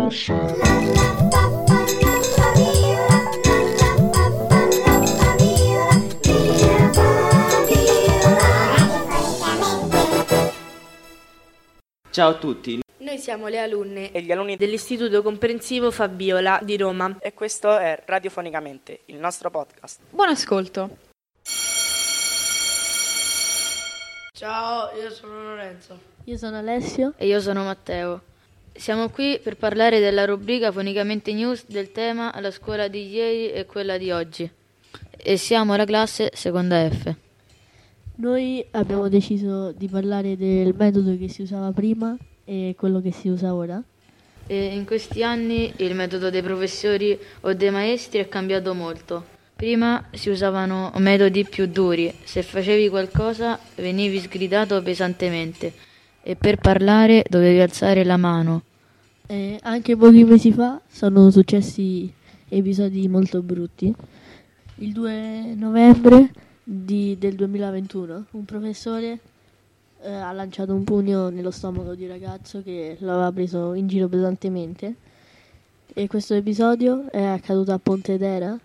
Ciao a tutti. Noi siamo le alunne e gli alunni dell'Istituto Comprensivo Fabiola di Roma. E questo è Radiofonicamente, il nostro podcast. Buon ascolto. Ciao, io sono Lorenzo. Io sono Alessio. E io sono Matteo. Siamo qui per parlare della rubrica Fonicamente News del tema la scuola di ieri e quella di oggi. E siamo la classe seconda F. Noi abbiamo deciso di parlare del metodo che si usava prima e quello che si usa ora. E in questi anni il metodo dei professori o dei maestri è cambiato molto. Prima si usavano metodi più duri, se facevi qualcosa venivi sgridato pesantemente e per parlare dovevi alzare la mano. Anche pochi mesi fa sono successi episodi molto brutti. Il 2 novembre del 2021 un professore ha lanciato un pugno nello stomaco di un ragazzo che lo aveva preso in giro pesantemente, e questo episodio è accaduto a Pontedera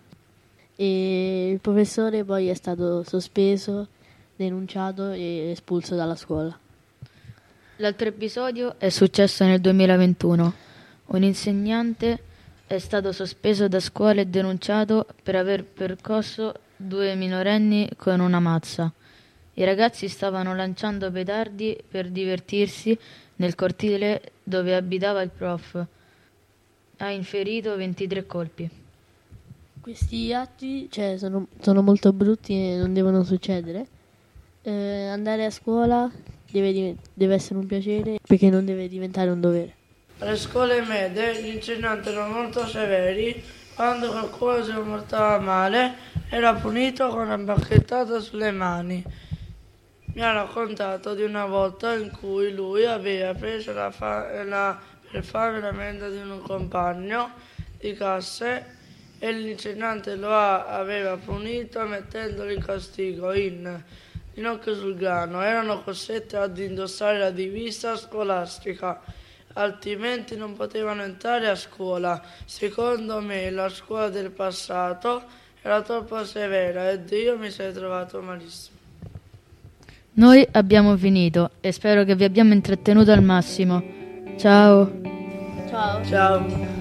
e il professore poi è stato sospeso, denunciato e espulso dalla scuola. L'altro episodio è successo nel 2021. Un insegnante è stato sospeso da scuola e denunciato per aver percosso 2 minorenni con una mazza. I ragazzi stavano lanciando petardi per divertirsi nel cortile dove abitava il prof. Ha inferito 23 colpi. Questi atti sono molto brutti e non devono succedere. Andare a scuola deve essere un piacere, perché non deve diventare un dovere. Alle scuole medie gli insegnanti erano molto severi. Quando qualcuno si comportava male era punito con una bacchettata sulle mani. Mi ha raccontato di una volta in cui lui aveva preso per fare la merenda di un compagno di classe e l'insegnante lo aveva punito mettendolo in castigo in ginocchio sul grano. Erano costretti ad indossare la divisa scolastica, altrimenti non potevano entrare a scuola. Secondo me la scuola del passato era troppo severa ed io mi sarei trovato malissimo. Noi abbiamo finito e spero che vi abbiamo intrattenuto al massimo. Ciao. Ciao. Ciao.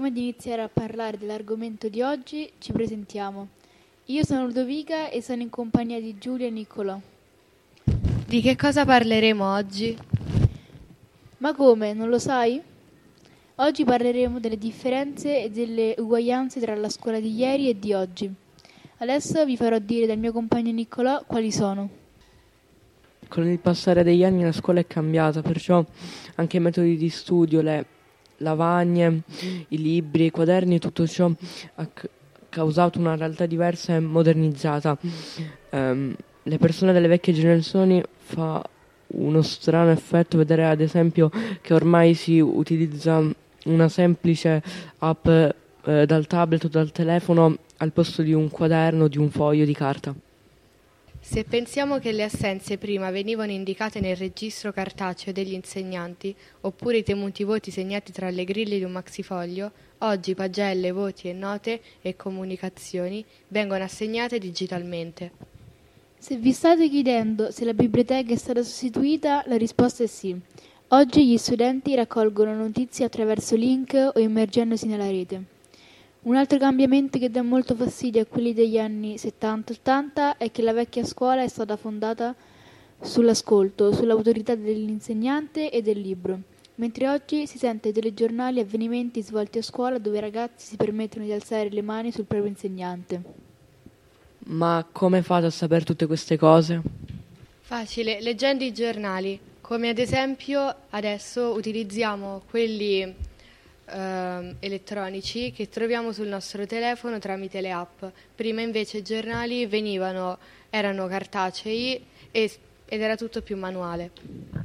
prima di iniziare a parlare dell'argomento di oggi, ci presentiamo. Io sono Ludovica e sono in compagnia di Giulia e Niccolò. Di che cosa parleremo oggi? Ma come, non lo sai? Oggi parleremo delle differenze e delle uguaglianze tra la scuola di ieri e di oggi. Adesso vi farò dire dal mio compagno Niccolò quali sono. Con il passare degli anni la scuola è cambiata, perciò anche i metodi di studio, le lavagne, i libri, i quaderni, tutto ciò ha causato una realtà diversa e modernizzata. Le persone delle vecchie generazioni fa uno strano effetto vedere ad esempio che ormai si utilizza una semplice app dal tablet o dal telefono al posto di un quaderno o di un foglio di carta. Se pensiamo che le assenze prima venivano indicate nel registro cartaceo degli insegnanti, oppure i temuti voti segnati tra le griglie di un maxifoglio, oggi pagelle, voti e note e comunicazioni vengono assegnate digitalmente. Se vi state chiedendo se la biblioteca è stata sostituita, la risposta è sì. Oggi gli studenti raccolgono notizie attraverso link o immergendosi nella rete. Un altro cambiamento che dà molto fastidio a quelli degli anni 70-80 è che la vecchia scuola è stata fondata sull'ascolto, sull'autorità dell'insegnante e del libro, mentre oggi si sente telegiornali e avvenimenti svolti a scuola dove i ragazzi si permettono di alzare le mani sul proprio insegnante. Ma come fate a sapere tutte queste cose? Facile, leggendo i giornali, come ad esempio adesso utilizziamo quelli elettronici che troviamo sul nostro telefono tramite le app. Prima invece i giornali erano cartacei ed era tutto più manuale.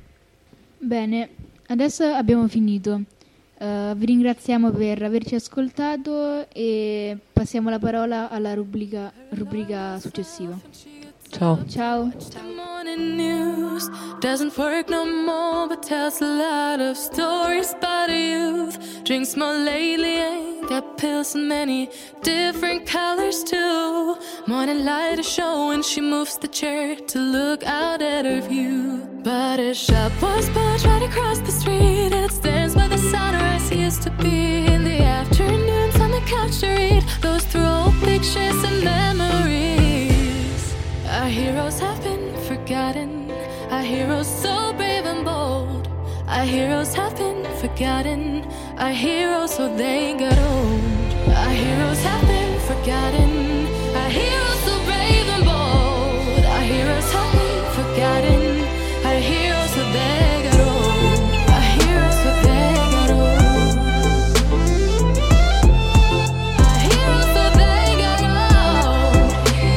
Bene, adesso abbiamo finito. Vi ringraziamo per averci ascoltato e passiamo la parola alla rubrica successiva. Ciao. Ciao. Morning news doesn't work no more, but tells a lot of stories about a youth. Drinks more lately, ain't got pills in many different colors too. Morning light is showing, she moves the chair to look out at her view. But a shop was built right across the street, and it stands where the sunrise used to be. In the afternoons on the couch to read, goes through old pictures and memories. Our heroes have been forgotten, our heroes so brave and bold. Our heroes have been forgotten, our heroes so they got old. Our heroes have been forgotten, our heroes so brave and bold. Our heroes have been forgotten, our heroes so they got old. Our heroes so they got old. Our heroes so they got old.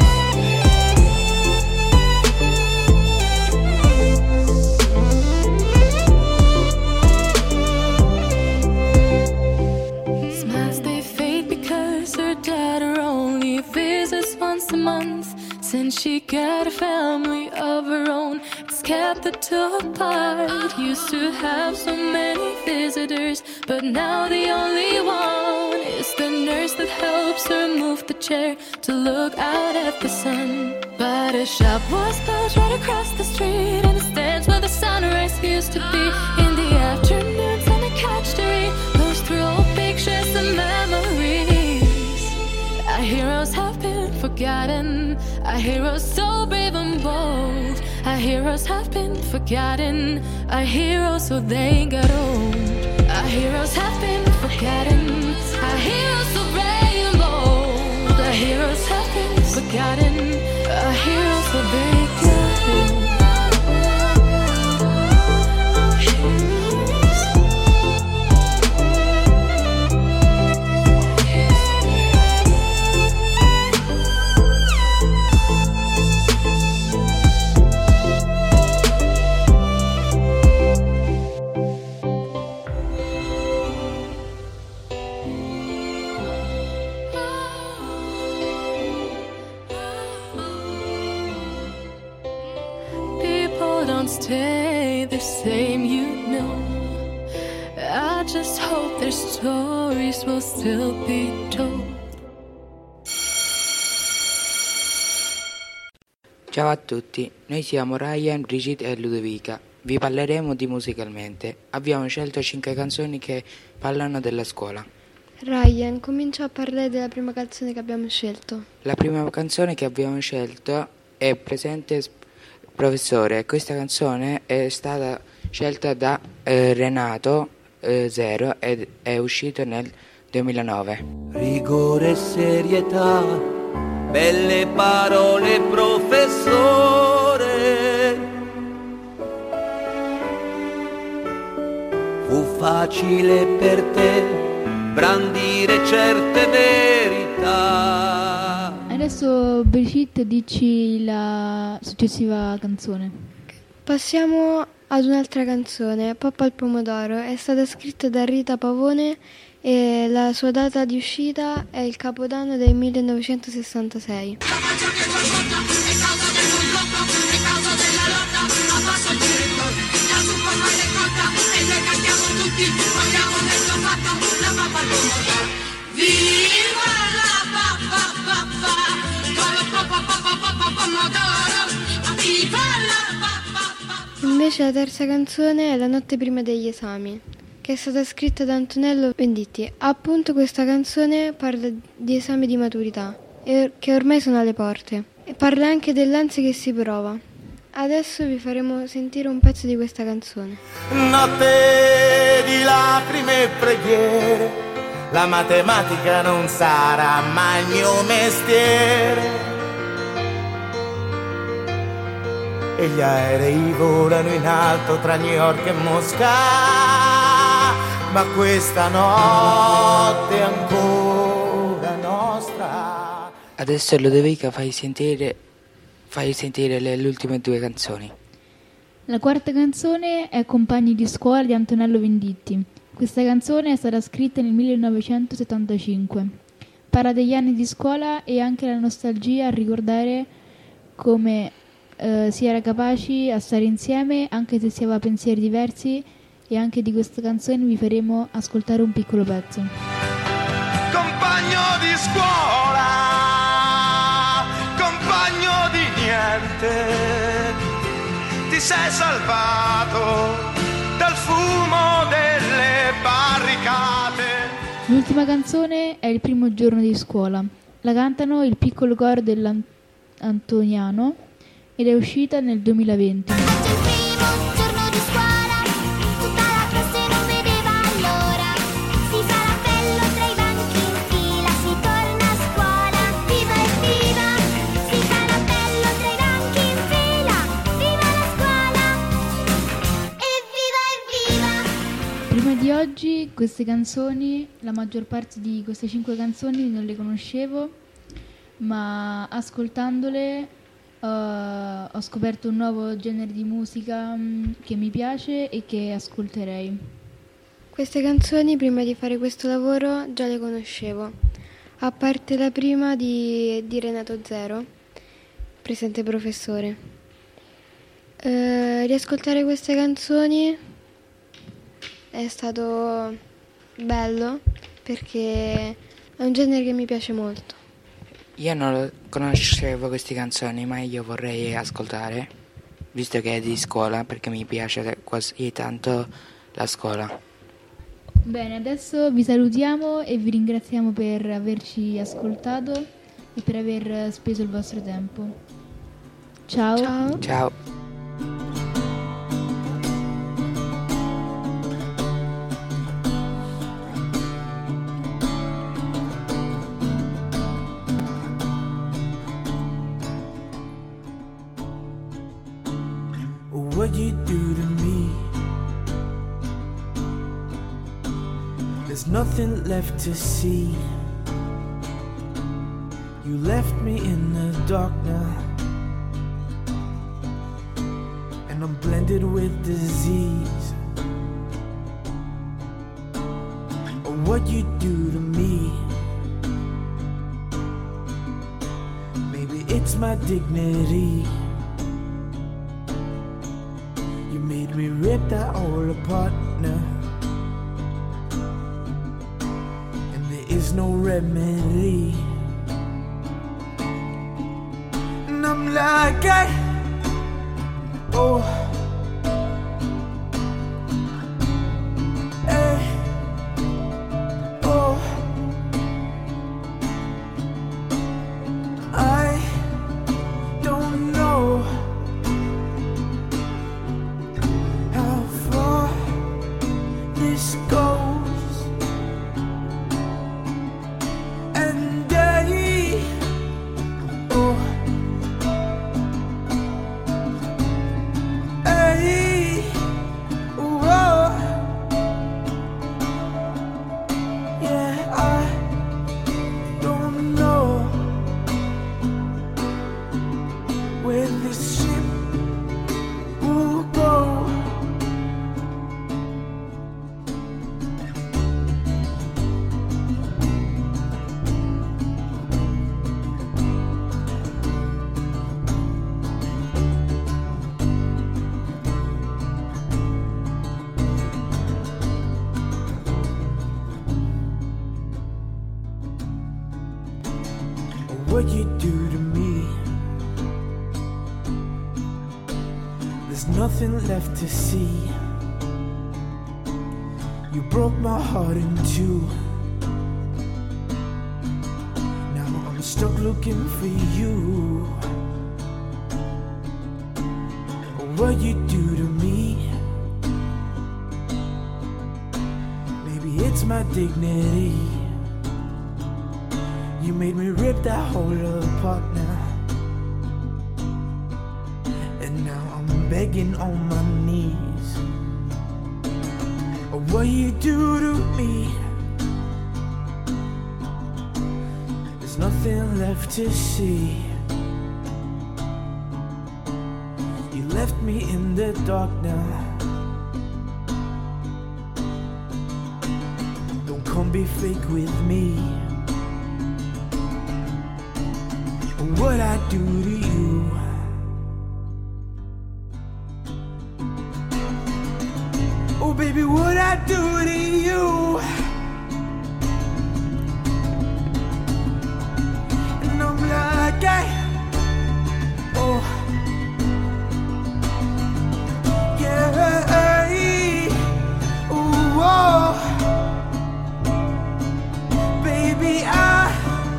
Smiles they fade because her daughter only visits once a month. Since she got a family of her own, it's kept the two apart. Used to have so many visitors, but now the only one is the nurse that helps her move the chair to look out at the sun. But a shop was built right across the street, and it stands where the sunrise used to be. In the afternoons on the couch to read, goes through old pictures and memories. Our heroes have been forgotten, our heroes so brave and bold. Our heroes have been forgotten, our heroes so they got old. Our heroes have been forgotten, our heroes so brave and bold. Our heroes have been forgotten, our heroes so they got old. Don't stay the same, you know. I just hope their stories will still be told. Ciao a tutti, noi siamo Ryan, Brigitte e Ludovica. Vi parleremo di Musicalmente. Abbiamo scelto 5 canzoni che parlano della scuola. Ryan, comincia a parlare della prima canzone che abbiamo scelto. La prima canzone che abbiamo scelto è Presente Professore. Questa canzone è stata scelta da Renato Zero ed è uscito nel 2009. Rigore e serietà, belle parole professore. Fu facile per te brandire certe verità. Adesso Brigitte dici la successiva canzone. Passiamo ad un'altra canzone, Poppa al pomodoro. È stata scritta da Rita Pavone e la sua data di uscita è il Capodanno del 1966. Invece la terza canzone è La notte prima degli esami, che è stata scritta da Antonello Venditti. Appunto questa canzone parla di esami di maturità, che ormai sono alle porte, e parla anche dell'ansia che si prova. Adesso vi faremo sentire un pezzo di questa canzone. Notte di lacrime e preghiere, la matematica non sarà mai il mio mestiere. E gli aerei volano in alto tra New York e Mosca, ma questa notte è ancora nostra. Adesso Ludovica fai sentire le ultime due canzoni. La quarta canzone è Compagni di scuola di Antonello Venditti. Questa canzone è stata scritta nel 1975. Parla degli anni di scuola e anche la nostalgia a ricordare come si era capaci a stare insieme anche se si aveva pensieri diversi, e anche di questa canzone vi faremo ascoltare un piccolo pezzo. Compagno di scuola, compagno di niente, ti sei salvato dal fumo delle barricate. L'ultima canzone è Il primo giorno di scuola. La cantano il piccolo coro dell'Antoniano ed è uscita nel 2020. Prima di oggi queste canzoni, la maggior parte di queste 5 canzoni non le conoscevo, ma ascoltandole ho scoperto un nuovo genere di musica che mi piace e che ascolterei. Queste canzoni prima di fare questo lavoro già le conoscevo, a parte la prima di Renato Zero, Presente Professore. Riascoltare queste canzoni è stato bello perché è un genere che mi piace molto. Io non conoscevo queste canzoni, ma io vorrei ascoltare, visto che è di scuola, perché mi piace quasi tanto la scuola. Bene, adesso vi salutiamo e vi ringraziamo per averci ascoltato e per aver speso il vostro tempo. Ciao. Ciao. Ciao. What you do to me, there's nothing left to see. You left me in the dark now, and I'm blended with disease. What you do to me, maybe it's my dignity. Made me rip that all apart now, and there is no remedy. And I'm like, oh, hey, oh, what you do to me. There's nothing left to see. You broke my heart in two. Now I'm stuck looking for you. What you do to me, maybe it's my dignity. You made me rip that whole apart now. And now I'm begging on my knees. What you do to me, there's nothing left to see. You left me in the dark now. Don't come be fake with me. What I do to you, oh baby, what I do to you. And I'm like, hey, oh yeah, ooh, oh, baby, I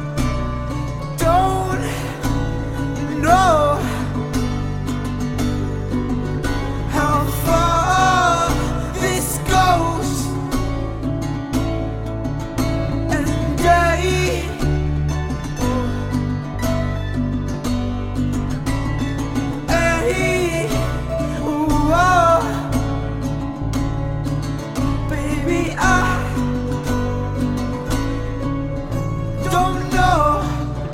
don't know how far this goes, and hey, ooh, oh, baby, I don't know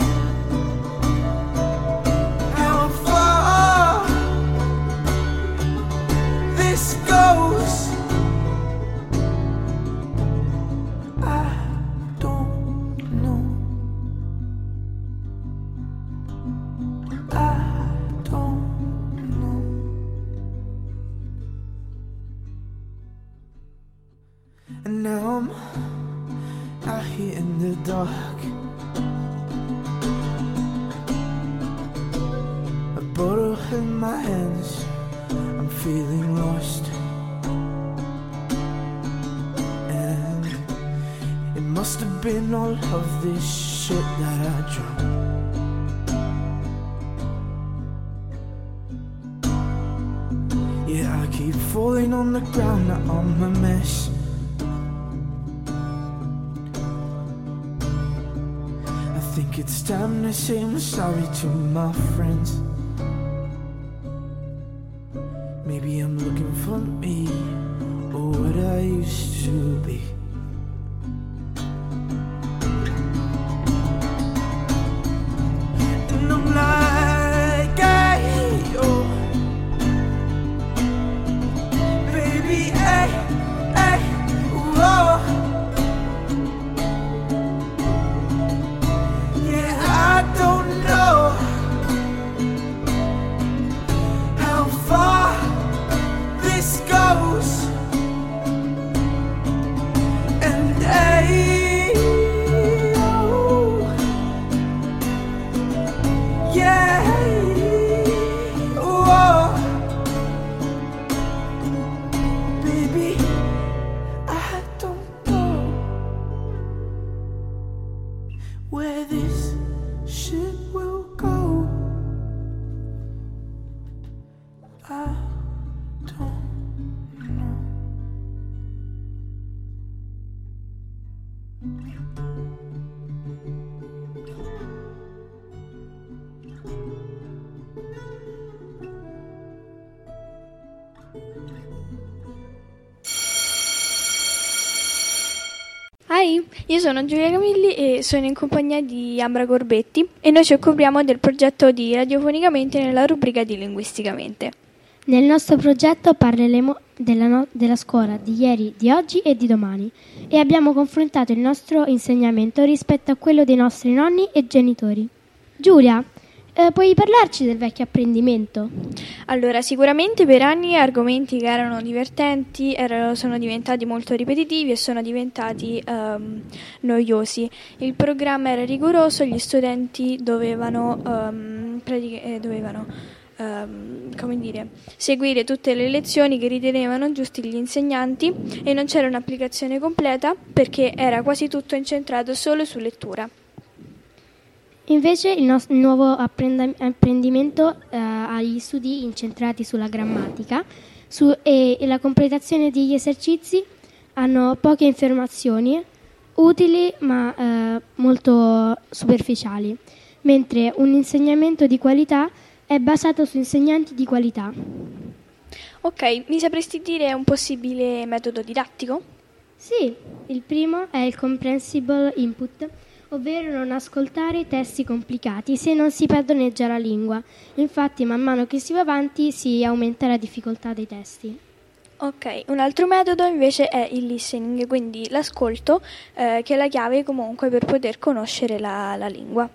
how far this goes. I don't know. I don't know. And now I'm out here in the dark. A bottle in my hands, I'm feeling lost. And it must have been all of this shit that I drank. Yeah, I keep falling on the ground, now I'm a mess. I think it's time to say I'm sorry to my friends. Maybe I'm looking for me, or what I used to be. And I'm like, hey, oh, baby, hey, hey, whoa. Yeah, I don't know how far this goes, and hey, oh, yeah, oh, baby, I don't know where this shit will go. I don't know. Hi, io sono Giulia Camilli e sono in compagnia di Ambra Gorbetti e noi ci occupiamo del progetto di Radiofonicamente nella rubrica di Linguisticamente. Nel nostro progetto parleremo della scuola di ieri, di oggi e di domani e abbiamo confrontato il nostro insegnamento rispetto a quello dei nostri nonni e genitori. Giulia, puoi parlarci del vecchio apprendimento? Allora, sicuramente per anni argomenti che erano divertenti sono diventati molto ripetitivi e sono diventati noiosi. Il programma era rigoroso, gli studenti dovevano seguire tutte le lezioni che ritenevano giusti gli insegnanti e non c'era un'applicazione completa perché era quasi tutto incentrato solo su lettura. Invece il nuovo apprendimento ha gli studi incentrati sulla grammatica e la completazione degli esercizi hanno poche informazioni utili ma molto superficiali, mentre un insegnamento di qualità è basato su insegnanti di qualità. Ok, mi sapresti dire un possibile metodo didattico? Sì, il primo è il comprehensible input, ovvero non ascoltare testi complicati se non si padroneggia la lingua. Infatti, man mano che si va avanti si aumenta la difficoltà dei testi. Ok, un altro metodo invece è il listening, quindi l'ascolto, che è la chiave comunque per poter conoscere la lingua.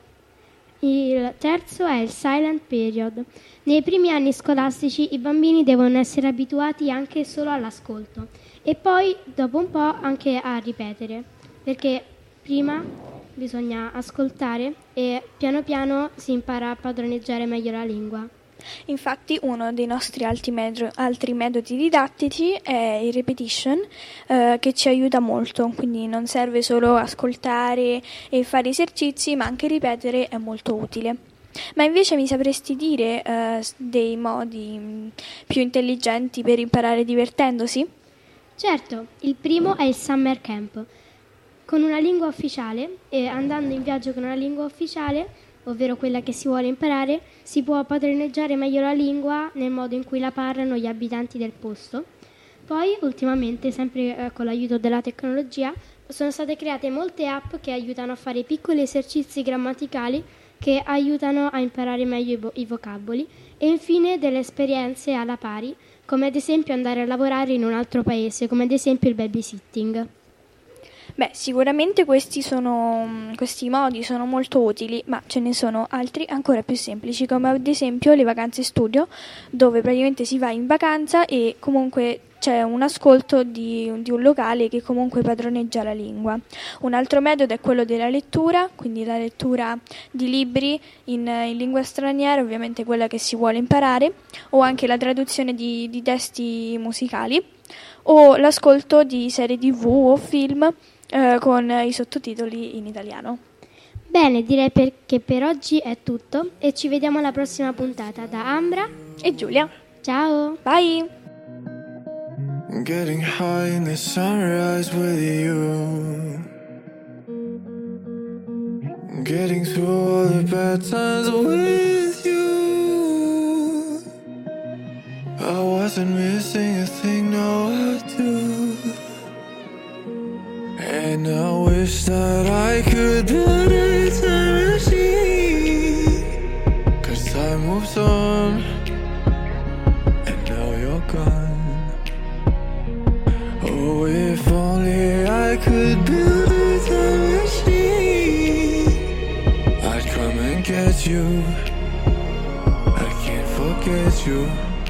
Il terzo è il silent period. Nei primi anni scolastici i bambini devono essere abituati anche solo all'ascolto e poi, dopo un po', anche a ripetere, perché prima bisogna ascoltare e piano piano si impara a padroneggiare meglio la lingua. Infatti uno dei nostri altri metodi didattici è il repetition, che ci aiuta molto, quindi non serve solo ascoltare e fare esercizi, ma anche ripetere è molto utile. Ma invece mi sapresti dire dei modi più intelligenti per imparare divertendosi? Certo, il primo è il summer camp. Con una lingua ufficiale e andando in viaggio con una lingua ufficiale, ovvero quella che si vuole imparare, si può padroneggiare meglio la lingua nel modo in cui la parlano gli abitanti del posto. Poi, ultimamente, sempre con l'aiuto della tecnologia, sono state create molte app che aiutano a fare piccoli esercizi grammaticali che aiutano a imparare meglio i vocaboli e infine delle esperienze alla pari, come ad esempio andare a lavorare in un altro paese, come ad esempio il babysitting. Beh, sicuramente questi modi sono molto utili, ma ce ne sono altri ancora più semplici, come ad esempio le vacanze studio, dove praticamente si va in vacanza e comunque c'è un ascolto di un locale che comunque padroneggia la lingua. Un altro metodo è quello della lettura, quindi la lettura di libri in lingua straniera, ovviamente quella che si vuole imparare, o anche la traduzione di testi musicali, o l'ascolto di serie TV o film con i sottotitoli in italiano. Bene, direi che per oggi è tutto e ci vediamo alla prossima puntata da Ambra e Giulia. Ciao. Bye. Getting high in the sunrise with you, getting through all the bad times with you. I wasn't missing a thing, now I do. And I wish that I could build a time machine, 'cause time moves on and now you're gone. Oh, if only I could build a time machine, I'd come and get you, I can't forget you.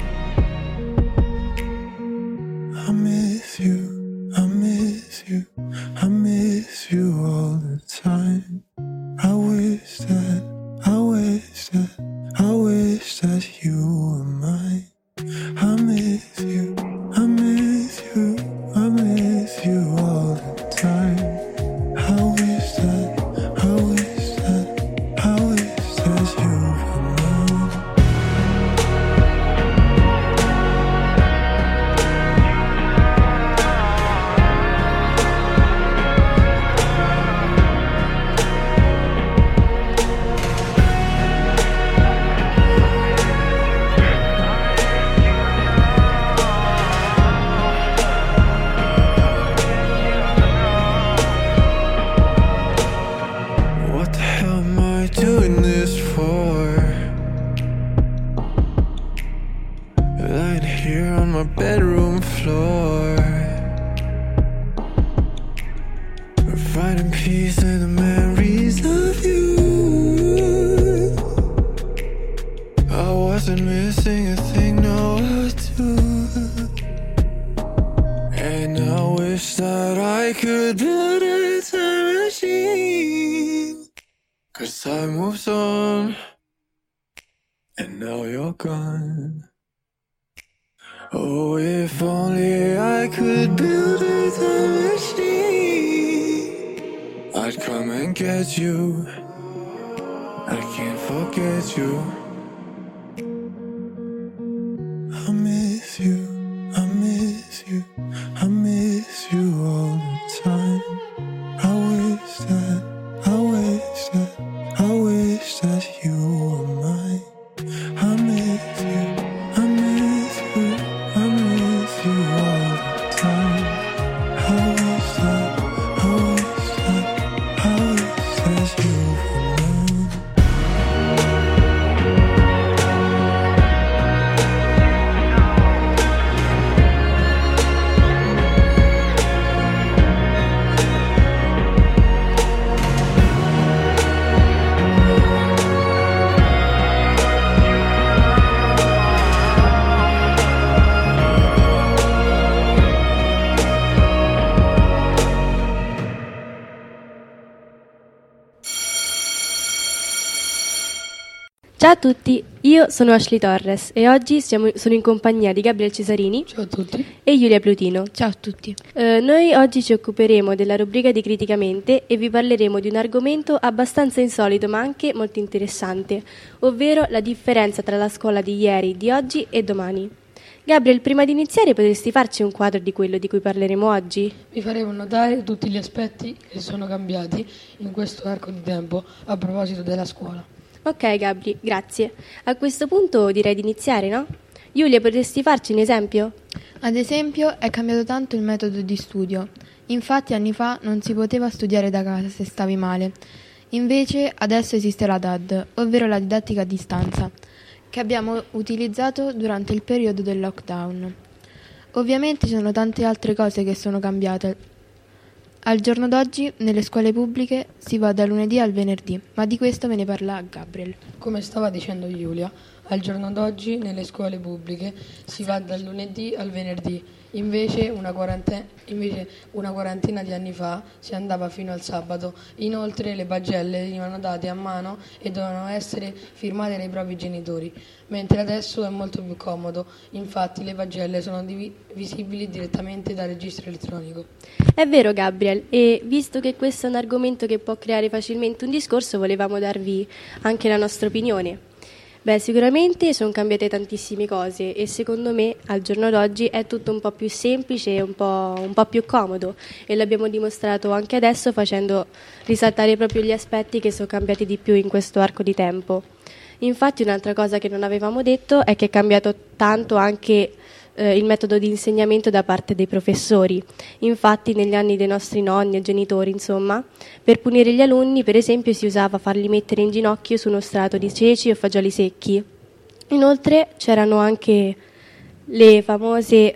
I miss you, I miss you, I miss you all the time. I wish that, I wish that, I wish that you were mine. I miss you, I miss you, I miss you all the time. I wish that, I wish that, I wish that you were mine. Bedroom floor, finding peace in the memories of you. wasn't missing a thing, no, I do. And I wish that I could build a time machine, 'cause time moves on, and now you're gone. Oh, if only I could build a time machine, I'd come and get you. I can't forget you. I miss you, I miss you, I miss you all the time. I wish that, I wish that, I wish that you were mine. I miss you, I miss you, I miss you all the time. I wish that, I wish that, I wish that you were mine. Ciao a tutti, io sono Ashley Torres e oggi sono in compagnia di Gabriel Cesarini. Ciao a tutti. E Giulia Plutino. Ciao a tutti. Noi oggi ci occuperemo della rubrica di Criticamente e vi parleremo di un argomento abbastanza insolito ma anche molto interessante, ovvero la differenza tra la scuola di ieri, di oggi e domani. Gabriel, prima di iniziare potresti farci un quadro di quello di cui parleremo oggi? Vi faremo notare tutti gli aspetti che sono cambiati in questo arco di tempo a proposito della scuola. Ok Gabri, grazie. A questo punto direi di iniziare, no? Giulia, potresti farci un esempio? Ad esempio, è cambiato tanto il metodo di studio. Infatti, anni fa non si poteva studiare da casa se stavi male. Invece, adesso esiste la DAD, ovvero la didattica a distanza, che abbiamo utilizzato durante il periodo del lockdown. Ovviamente ci sono tante altre cose che sono cambiate. Al giorno d'oggi nelle scuole pubbliche si va dal lunedì al venerdì, ma di questo me ne parla Gabriel. Come stava dicendo Giulia, al giorno d'oggi nelle scuole pubbliche si va dal lunedì al venerdì, invece una quarantina di anni fa si andava fino al sabato. Inoltre le pagelle venivano date a mano e dovevano essere firmate dai propri genitori, mentre adesso è molto più comodo, infatti le pagelle sono visibili direttamente dal registro elettronico. È vero Gabriel, e visto che questo è un argomento che può creare facilmente un discorso, volevamo darvi anche la nostra opinione. Beh, sicuramente sono cambiate tantissime cose e secondo me al giorno d'oggi è tutto un po' più semplice e un po' più comodo, e l'abbiamo dimostrato anche adesso facendo risaltare proprio gli aspetti che sono cambiati di più in questo arco di tempo. Infatti un'altra cosa che non avevamo detto è che è cambiato tanto anche il metodo di insegnamento da parte dei professori. Infatti negli anni dei nostri nonni e genitori, insomma, per punire gli alunni, per esempio, si usava farli mettere in ginocchio su uno strato di ceci o fagioli secchi. Inoltre c'erano anche le famose,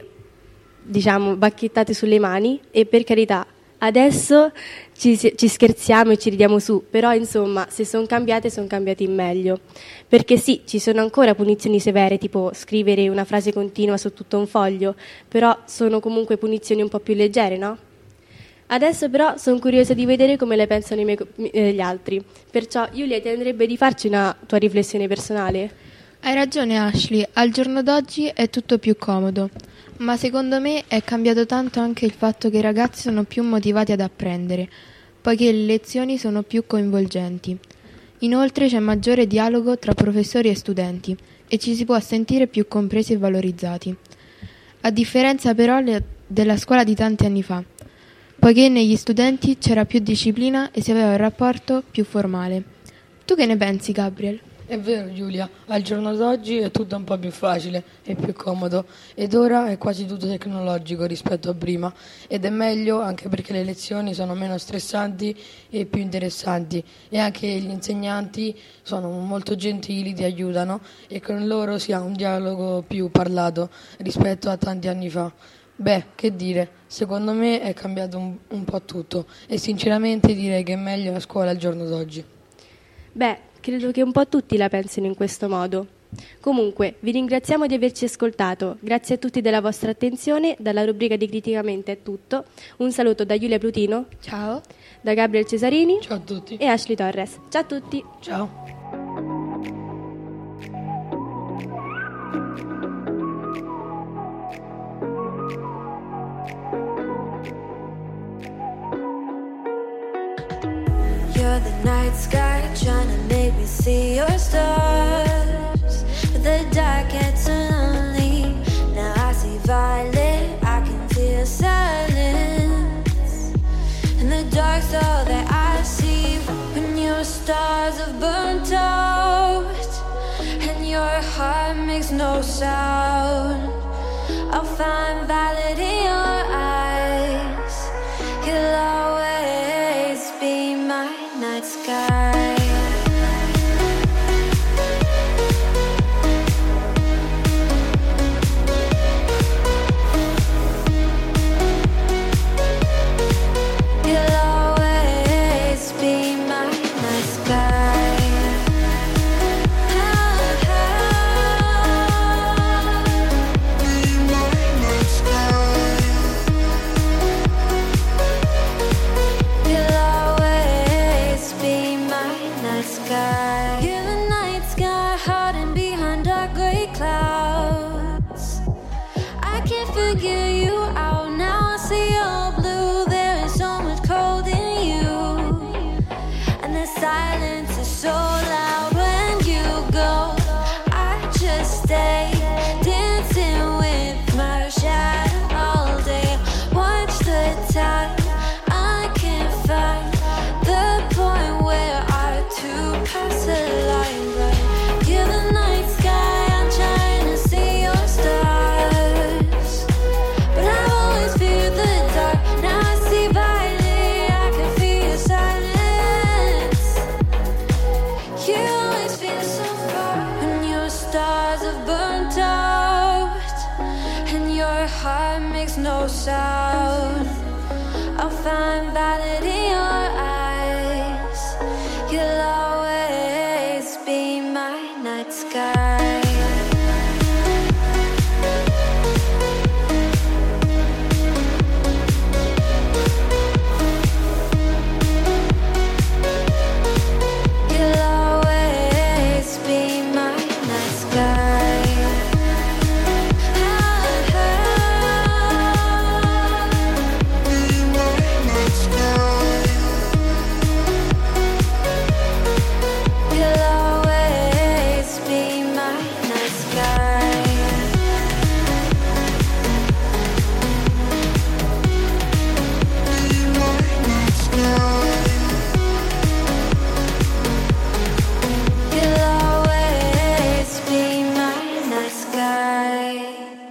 bacchettate sulle mani, e per carità, adesso ci scherziamo e ci ridiamo su, però insomma, se sono cambiati in meglio. Perché sì, ci sono ancora punizioni severe, tipo scrivere una frase continua su tutto un foglio, però sono comunque punizioni un po' più leggere, no? Adesso però sono curiosa di vedere come le pensano gli altri. Perciò, Giulia, ti andrebbe di farci una tua riflessione personale? Hai ragione Ashley, al giorno d'oggi è tutto più comodo. Ma secondo me è cambiato tanto anche il fatto che i ragazzi sono più motivati ad apprendere, poiché le lezioni sono più coinvolgenti. Inoltre c'è maggiore dialogo tra professori e studenti e ci si può sentire più compresi e valorizzati. A differenza però della scuola di tanti anni fa, poiché negli studenti c'era più disciplina e si aveva un rapporto più formale. Tu che ne pensi, Gabriel? È vero Giulia, al giorno d'oggi è tutto un po' più facile e più comodo, ed ora è quasi tutto tecnologico rispetto a prima, ed è meglio anche perché le lezioni sono meno stressanti e più interessanti, e anche gli insegnanti sono molto gentili, ti aiutano, e con loro si ha un dialogo più parlato rispetto a tanti anni fa. Beh, che dire, secondo me è cambiato un po' tutto, e sinceramente direi che è meglio la scuola al giorno d'oggi. Beh, credo che un po' tutti la pensino in questo modo. Comunque, vi ringraziamo di averci ascoltato. Grazie a tutti della vostra attenzione. Dalla rubrica di Criticamente è tutto. Un saluto da Giulia Plutino. Ciao. Da Gabriel Cesarini. Ciao a tutti. E Ashley Torres. Ciao a tutti. Ciao. You're the night sky trying to make me see your stars, but the dark gets lonely. Now I see violet, I can feel silence, and the dark's all that I see. When your stars have burnt out and your heart makes no sound, I'll find violet in your eyes. You'll always be my night sky. You'll always be my night sky. Be my night sky. You'll always be my night sky. You're the night sky hiding behind dark gray clouds. I can't figure you out now. I see your blue. There is so much cold in you, and the silence is so loud when you go. I just stay dancing with my shadow all day. Watch the time. I can't find the point where our two paths align. But you're the night sky, I'm trying to see your stars, but I've always feared the dark. Now I see violet, I can feel your silence. You always feel so far when your stars have burnt out and your heart makes no sound. I'll find violet in your eyes. You'll always be my night sky. You'll always be my night sky. Be my night sky. You'll always be my night sky. Be my night sky. You'll always be my night sky.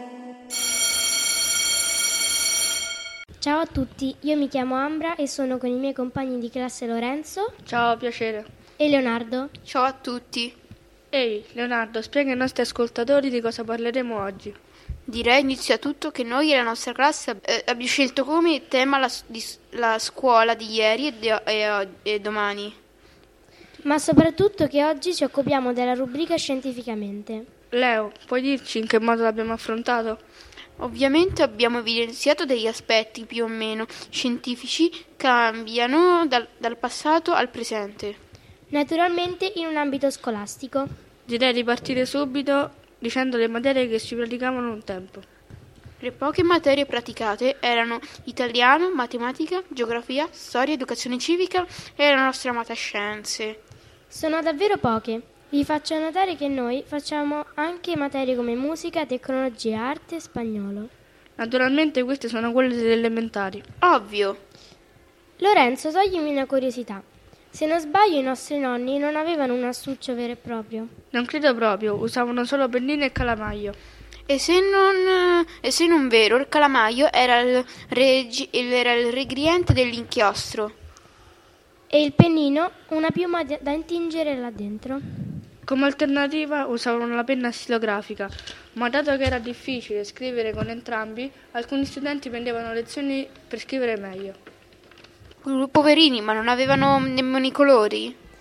Ciao a tutti, io mi chiamo Ambra e sono con i miei compagni di classe Lorenzo Ciao, piacere. e Leonardo. Ciao a tutti. Ehi, Leonardo, spiega ai nostri ascoltatori di cosa parleremo oggi. Direi inizia tutto che noi e la nostra classe abbiamo scelto come tema la scuola di ieri e domani. Ma soprattutto che oggi ci occupiamo della rubrica Scientificamente. Leo, puoi dirci in che modo l'abbiamo affrontato? Ovviamente abbiamo evidenziato degli aspetti più o meno scientifici che cambiano dal passato al presente. Naturalmente in un ambito scolastico. Direi di partire subito dicendo le materie che si praticavano un tempo. Le poche materie praticate erano italiano, matematica, geografia, storia, educazione civica e la nostra amata scienze. Sono davvero poche. Vi faccio notare che noi facciamo anche materie come musica, tecnologia, arte e spagnolo. Naturalmente queste sono quelle delle elementari. Ovvio. Lorenzo, toglimi una curiosità. Se non sbaglio i nostri nonni non avevano un astuccio vero e proprio. Non credo proprio, usavano solo pennine e calamaio. E se non vero, il calamaio era il regriente dell'inchiostro. E il pennino una piuma da intingere là dentro. Come alternativa usavano la penna stilografica, ma dato che era difficile scrivere con entrambi, alcuni studenti prendevano lezioni per scrivere meglio. Poverini, ma non avevano nemmeno i colori?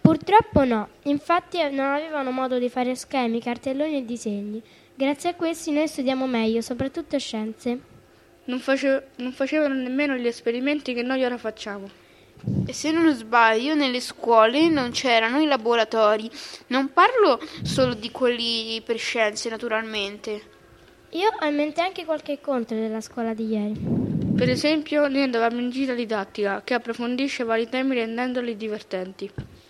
Purtroppo no, infatti non avevano modo di fare schemi, cartelloni e disegni. Grazie a questi noi studiamo meglio, soprattutto scienze. Non facevano nemmeno gli esperimenti che noi ora facciamo. E se non sbaglio, nelle scuole non c'erano i laboratori. Non parlo solo di quelli per scienze, naturalmente. Io ho in mente anche qualche incontro della scuola di ieri. Per esempio, noi andavamo in gita didattica, che approfondisce vari temi rendendoli divertenti.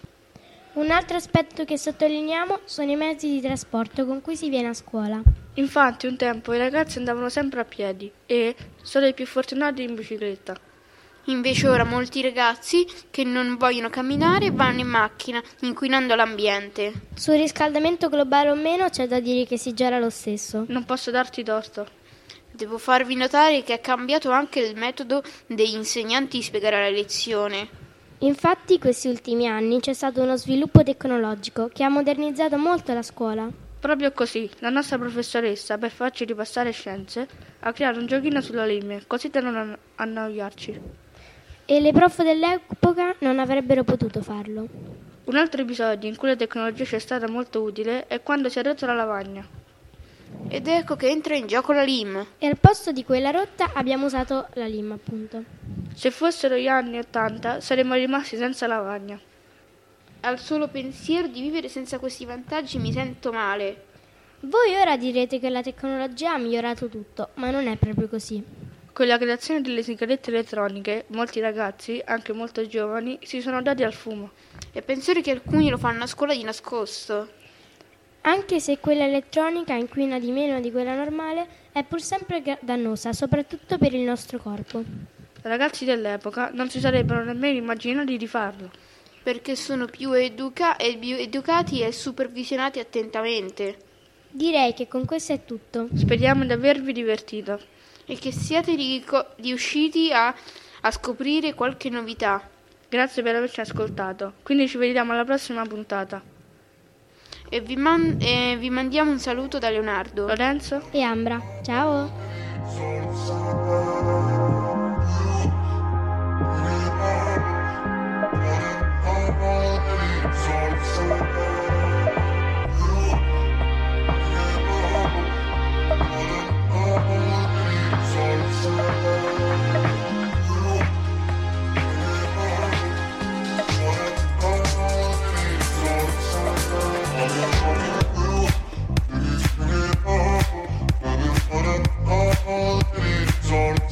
Un altro aspetto che sottolineiamo sono i mezzi di trasporto con cui si viene a scuola. Infatti, un tempo i ragazzi andavano sempre a piedi e solo i più fortunati in bicicletta. Invece ora molti ragazzi che non vogliono camminare vanno in macchina, inquinando l'ambiente. Sul riscaldamento globale o meno c'è da dire che si gela lo stesso. Non posso darti torto. Devo farvi notare che è cambiato anche il metodo degli insegnanti di spiegare la lezione. Infatti, questi ultimi anni c'è stato uno sviluppo tecnologico che ha modernizzato molto la scuola. Proprio così, la nostra professoressa, per farci ripassare scienze, ha creato un giochino sulla LIM, così da non annoiarci. E le prof dell'epoca non avrebbero potuto farlo. Un altro episodio in cui la tecnologia ci è stata molto utile è quando si è rotta la lavagna. Ed ecco che entra in gioco la LIM. E al posto di quella rotta abbiamo usato la LIM, appunto. Se fossero gli anni '80 saremmo rimasti senza lavagna. Al solo pensiero di vivere senza questi vantaggi mi sento male. Voi ora direte che la tecnologia ha migliorato tutto, ma non è proprio così. Con la creazione delle sigarette elettroniche, molti ragazzi, anche molto giovani, si sono dati al fumo. E pensare che alcuni lo fanno a scuola di nascosto. Anche se quella elettronica inquina di meno di quella normale, è pur sempre dannosa, soprattutto per il nostro corpo. Ragazzi dell'epoca non si sarebbero nemmeno immaginati di farlo. Perché sono più educati e supervisionati attentamente. Direi che con questo è tutto. Speriamo di avervi divertito. E che siate riusciti a scoprire qualche novità. Grazie per averci ascoltato. Quindi ci vediamo alla prossima puntata. E vi mandiamo un saluto da Leonardo, Lorenzo e Ambra. Ciao! All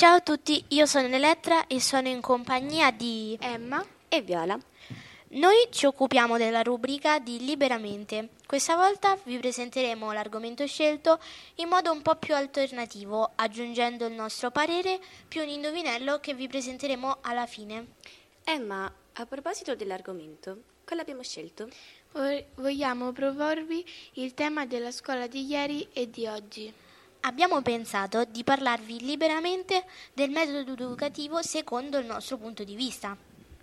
Ciao a tutti, io sono Elettra e sono in compagnia di Emma e Viola. Noi ci occupiamo della rubrica di Liberamente. Questa volta vi presenteremo l'argomento scelto in modo un po' più alternativo, aggiungendo il nostro parere più un indovinello che vi presenteremo alla fine. Emma, a proposito dell'argomento, quale abbiamo scelto? Vogliamo proporvi il tema della scuola di ieri e di oggi. Abbiamo pensato di parlarvi liberamente del metodo educativo secondo il nostro punto di vista.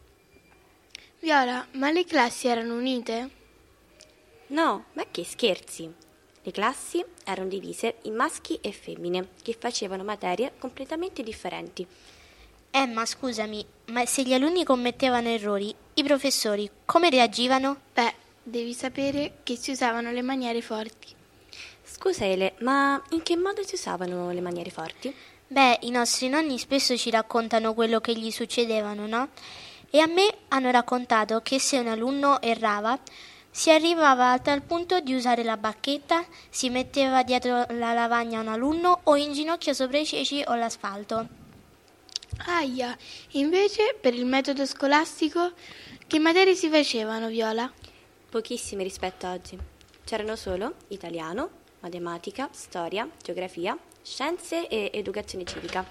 Viola, ma le classi erano unite? No, ma che scherzi! Le classi erano divise in maschi e femmine, che facevano materie completamente differenti. Emma, scusami, ma se gli alunni commettevano errori, i professori come reagivano? Beh, devi sapere che si usavano le maniere forti. Scusa Ele, ma in che modo si usavano le maniere forti? Beh, i nostri nonni spesso ci raccontano quello che gli succedevano, no? E a me hanno raccontato che se un alunno errava, si arrivava a tal punto di usare la bacchetta, si metteva dietro la lavagna un alunno o in ginocchio sopra i ceci o l'asfalto. Aia, invece per il metodo scolastico che materie si facevano, Viola? Pochissime rispetto a oggi. C'erano solo italiano, matematica, storia, geografia, scienze e educazione civica.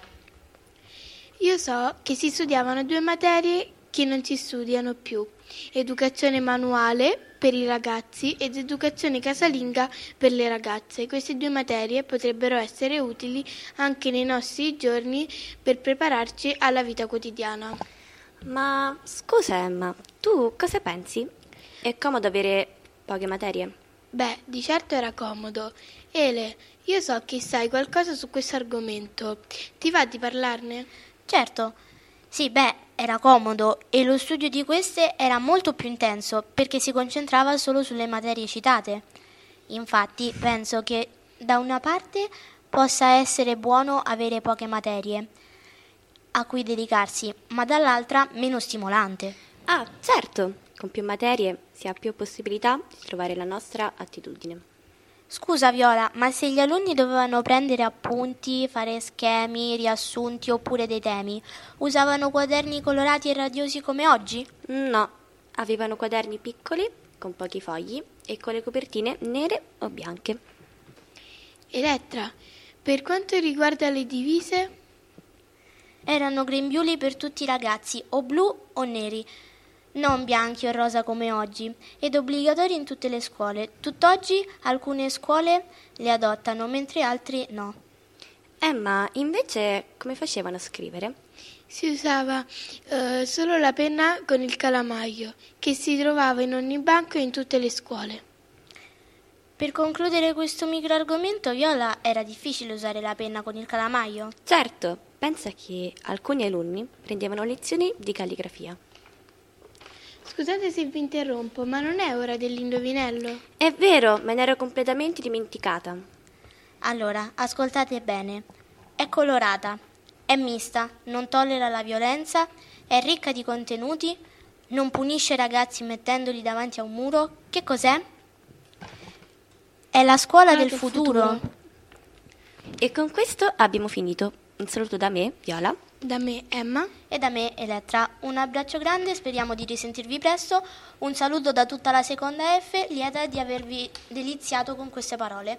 Io so che si studiavano 2 materie che non si studiano più: educazione manuale per i ragazzi ed educazione casalinga per le ragazze. Queste 2 materie potrebbero essere utili anche nei nostri giorni per prepararci alla vita quotidiana. Ma scusa Emma, tu cosa pensi? È comodo avere poche materie? Beh, di certo era comodo. Ele, io so che sai qualcosa su questo argomento. Ti va di parlarne? Certo. Sì, era comodo e lo studio di queste era molto più intenso perché si concentrava solo sulle materie citate. Infatti, penso che da una parte possa essere buono avere poche materie a cui dedicarsi, ma dall'altra meno stimolante. Ah, certo, con più materie si ha più possibilità di trovare la nostra attitudine. Scusa Viola, ma se gli alunni dovevano prendere appunti, fare schemi, riassunti oppure dei temi, usavano quaderni colorati e radiosi come oggi? No, avevano quaderni piccoli, con pochi fogli e con le copertine nere o bianche. Elettra, per quanto riguarda le divise? Erano grembiuli per tutti i ragazzi, o blu o neri, non bianchi o rosa come oggi, ed obbligatori in tutte le scuole. Tutt'oggi alcune scuole le adottano, mentre altri no. Ma invece come facevano a scrivere? Si usava solo la penna con il calamaio, che si trovava in ogni banco e in tutte le scuole. Per concludere questo microargomento, Viola, era difficile usare la penna con il calamaio? Certo, pensa che alcuni alunni prendevano lezioni di calligrafia. Scusate se vi interrompo, ma non è ora dell'indovinello? È vero, me ne ero completamente dimenticata. Allora, ascoltate bene. È colorata, è mista, non tollera la violenza, è ricca di contenuti, non punisce i ragazzi mettendoli davanti a un muro. Che cos'è? È la scuola del futuro. E con questo abbiamo finito. Un saluto da me, Viola. Da me, Emma. E da me, Elettra. Un abbraccio grande, speriamo di risentirvi presto. Un saluto da tutta la seconda F, lieta di avervi deliziato con queste parole.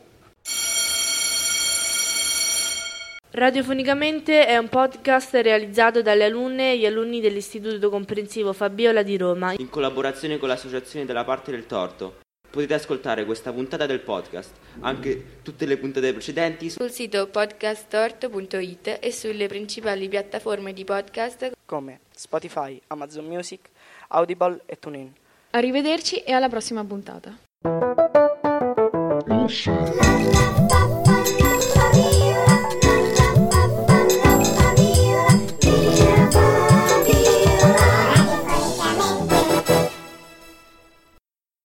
Radiofonicamente è un podcast realizzato dalle alunne e gli alunni dell'Istituto Comprensivo Fabiola di Roma, in collaborazione con l'associazione della Parte del Torto. Potete ascoltare questa puntata del podcast, anche tutte le puntate precedenti, sul sito podcasttorto.it e sulle principali piattaforme di podcast come Spotify, Amazon Music, Audible e TuneIn. Arrivederci e alla prossima puntata.